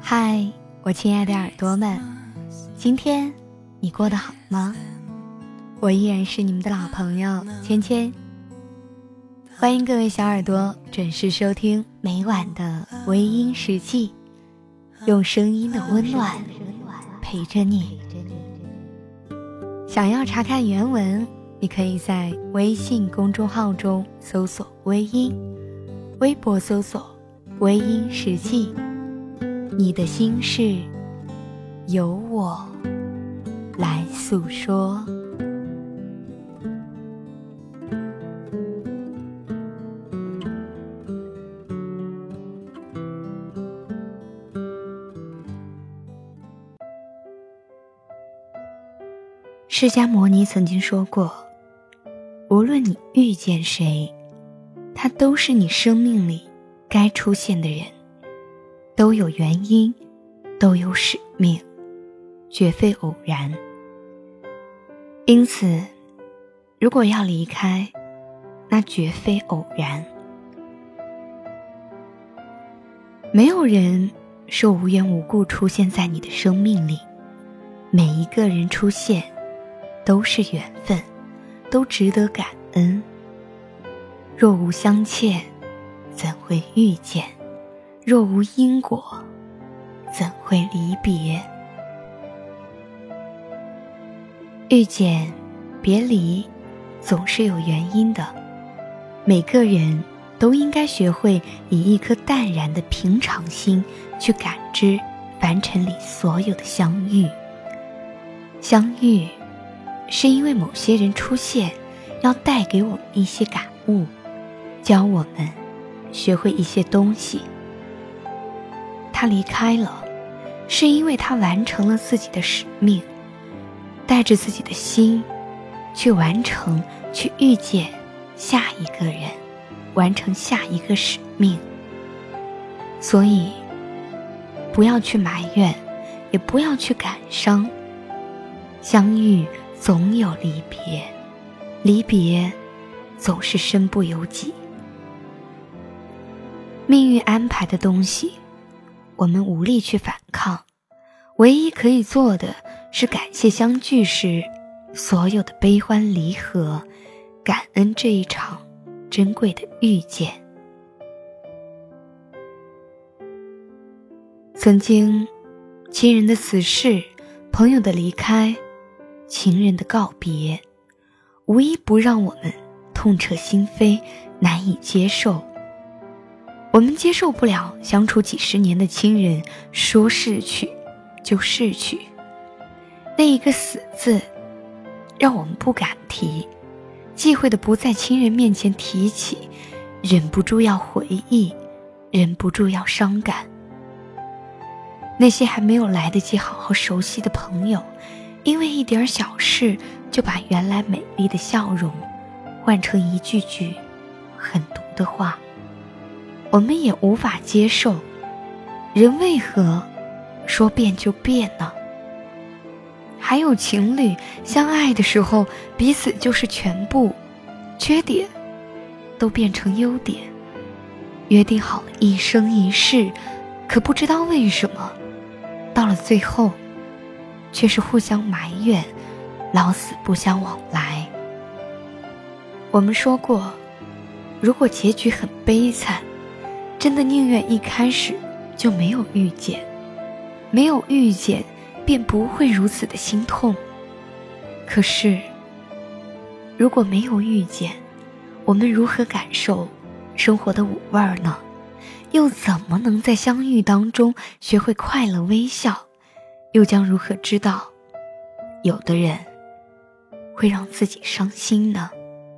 嗨，我亲爱的耳朵们，今天你过得好吗？我依然是你们的老朋友芊芊，欢迎各位小耳朵准时收听每晚的微音时记，用声音的温暖陪着你。想要查看原文，你可以在微信公众号中搜索微音，微博搜索微音时记，你的心事由我来诉说。释迦牟尼曾经说过，无论你遇见谁，他都是你生命里该出现的人，都有原因，都有使命，绝非偶然。因此，如果要离开，那绝非偶然。没有人是无缘无故出现在你的生命里，每一个人出现都是缘分，都值得感恩。若无相欠，怎会遇见？若无因果，怎会离别？遇见别离总是有原因的，每个人都应该学会以一颗淡然的平常心去感知凡尘里所有的相遇。相遇是因为某些人出现，要带给我们一些感悟，教我们学会一些东西。他离开了，是因为他完成了自己的使命，带着自己的心去完成，去遇见下一个人，完成下一个使命。所以不要去埋怨，也不要去感伤，相遇总有离别，离别总是身不由己。命运安排的东西，我们无力去反抗，唯一可以做的是感谢相聚时所有的悲欢离合，感恩这一场珍贵的遇见。曾经，亲人的辞世，朋友的离开，情人的告别，无一不让我们痛彻心扉，难以接受。我们接受不了相处几十年的亲人说逝去就逝去，那一个死字让我们不敢提，忌讳的不在亲人面前提起，忍不住要回忆，忍不住要伤感。那些还没有来得及好好熟悉的朋友，因为一点小事就把原来美丽的笑容换成一句句狠毒的话，我们也无法接受。人为何说变就变呢？还有情侣相爱的时候，彼此就是全部，缺点都变成优点，约定好了一生一世，可不知道为什么到了最后却是互相埋怨，老死不相往来。我们说过，如果结局很悲惨，真的宁愿一开始就没有遇见，没有遇见便不会如此的心痛。可是如果没有遇见，我们如何感受生活的五味呢？又怎么能在相遇当中学会快乐微笑？又将如何知道有的人会让自己伤心呢？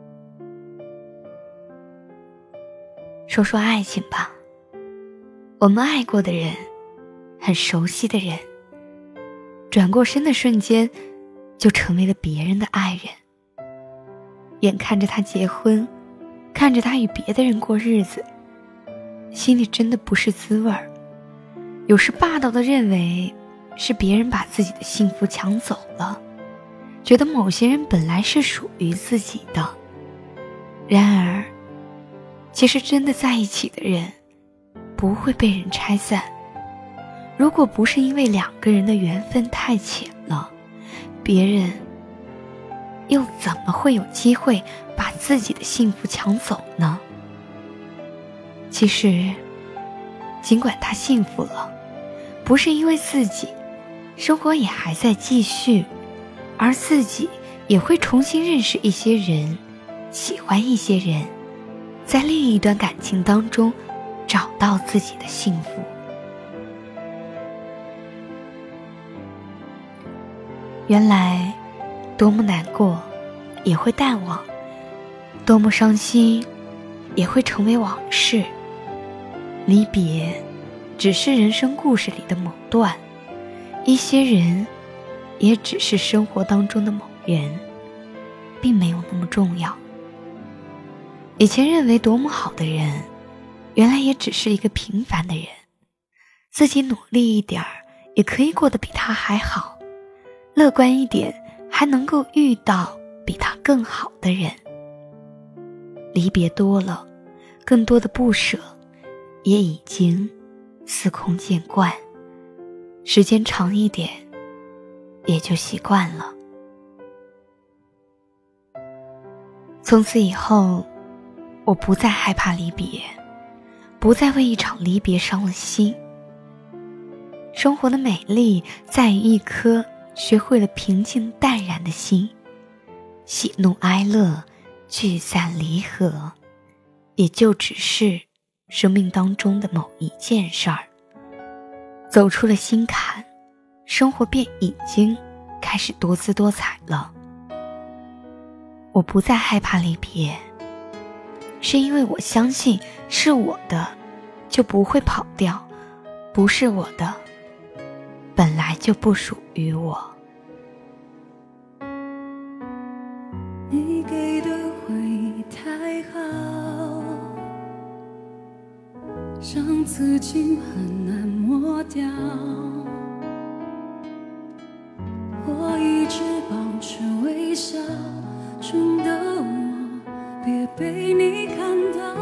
说说爱情吧，我们爱过的人，很熟悉的人，转过身的瞬间就成为了别人的爱人。眼看着他结婚，看着他与别的人过日子，心里真的不是滋味儿。有时霸道地认为是别人把自己的幸福抢走了，觉得某些人本来是属于自己的。然而其实真的在一起的人不会被人拆散， 如果不是因为两个人的缘分太浅了，别人又怎么会有机会把自己的幸福抢走呢？其实，尽管他幸福了，不是因为自己，生活也还在继续，而自己也会重新认识一些人，喜欢一些人，在另一段感情当中找到自己的幸福。原来多么难过也会淡忘，多么伤心也会成为往事。离别只是人生故事里的某段，一些人也只是生活当中的某人，并没有那么重要。以前认为多么好的人，原来也只是一个平凡的人，自己努力一点也可以过得比他还好，乐观一点还能够遇到比他更好的人。离别多了，更多的不舍也已经司空见惯，时间长一点也就习惯了。从此以后，我不再害怕离别，不再为一场离别伤了心。生活的美丽在于一颗学会了平静淡然的心，喜怒哀乐聚散离合，也就只是生命当中的某一件事儿。走出了心坎，生活便已经开始多姿多彩了。我不再害怕离别，是因为我相信是我的就不会跑掉，不是我的本来就不属于我。 你给的回忆太好，像刺青很难抹掉，我一直保持微笑，真的我别被你看到。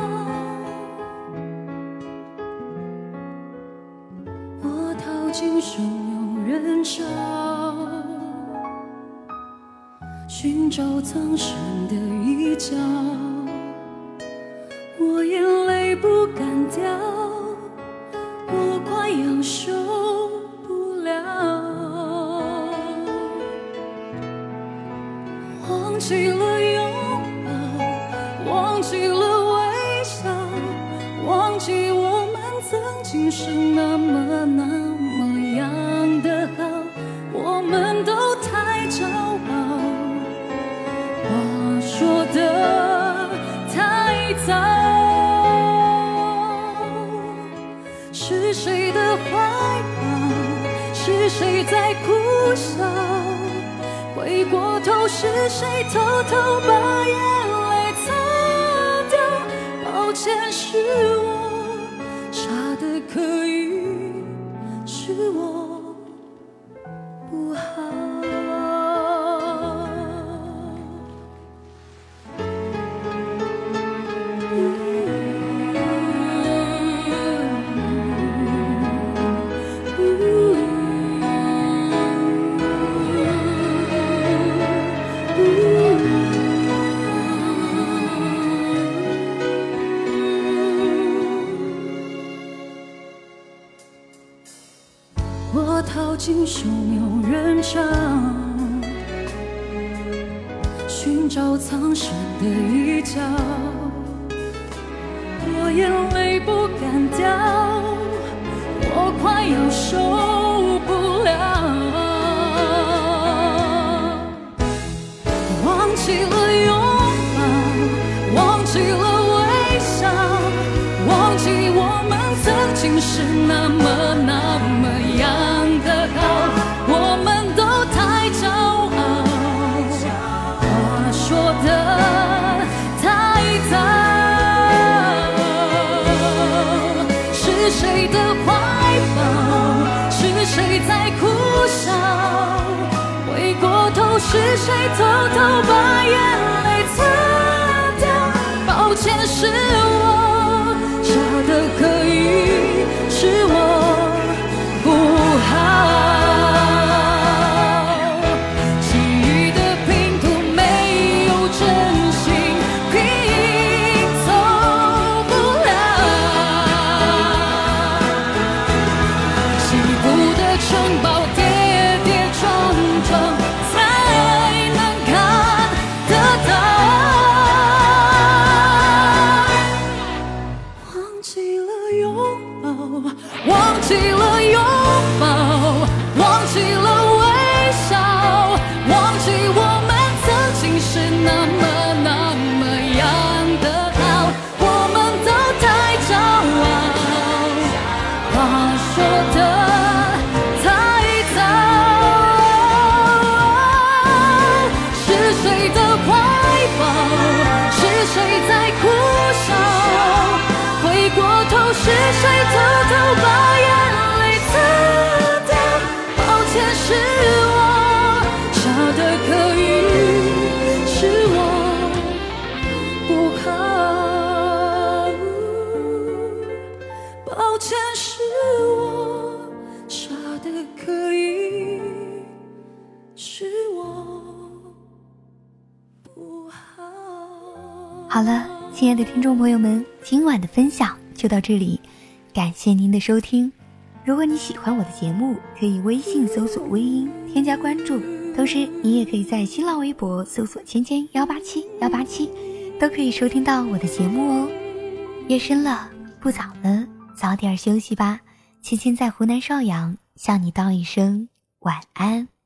我逃进汹涌人潮，寻找藏身的一角，我眼泪不敢掉，我快要受不了。忘记了拥抱，忘记了微笑，忘记我们曾经是那么样的好，我们都太骄傲，话说得太早。是谁的怀抱？是谁在哭笑？回过头，是谁偷偷把眼泪擦掉？抱歉，是我傻得可以，是我不好。我逃进汹涌人潮，寻找藏身的一角，我眼泪不敢掉，我快要受不了。忘记了拥抱，忘记了微笑，忘记我们曾经是那么样的好，我们都太骄傲，话说得太早。是谁的怀抱？是谁在哭笑？回过头，是谁偷偷把眼泪擦掉？抱歉，是我傻得可以，是我不记了拥抱，忘记了拥抱，忘记了微笑，忘记我们曾经是那么样的好，我们都太骄傲，话说的太早。是谁的怀抱？是谁在哭笑？回过头，是谁偷偷把眼泪擦掉？抱歉，是我傻得可以，是我不好。抱歉，是我傻得可以，是我不好。 好了，亲爱的听众朋友们，今晚的分享就到这里，感谢您的收听。如果你喜欢我的节目，可以微信搜索微音添加关注，同时你也可以在新浪微博搜索18187，都可以收听到我的节目哦。夜深了，不早了，早点休息吧。芊芊在湖南邵阳向你道一声晚安。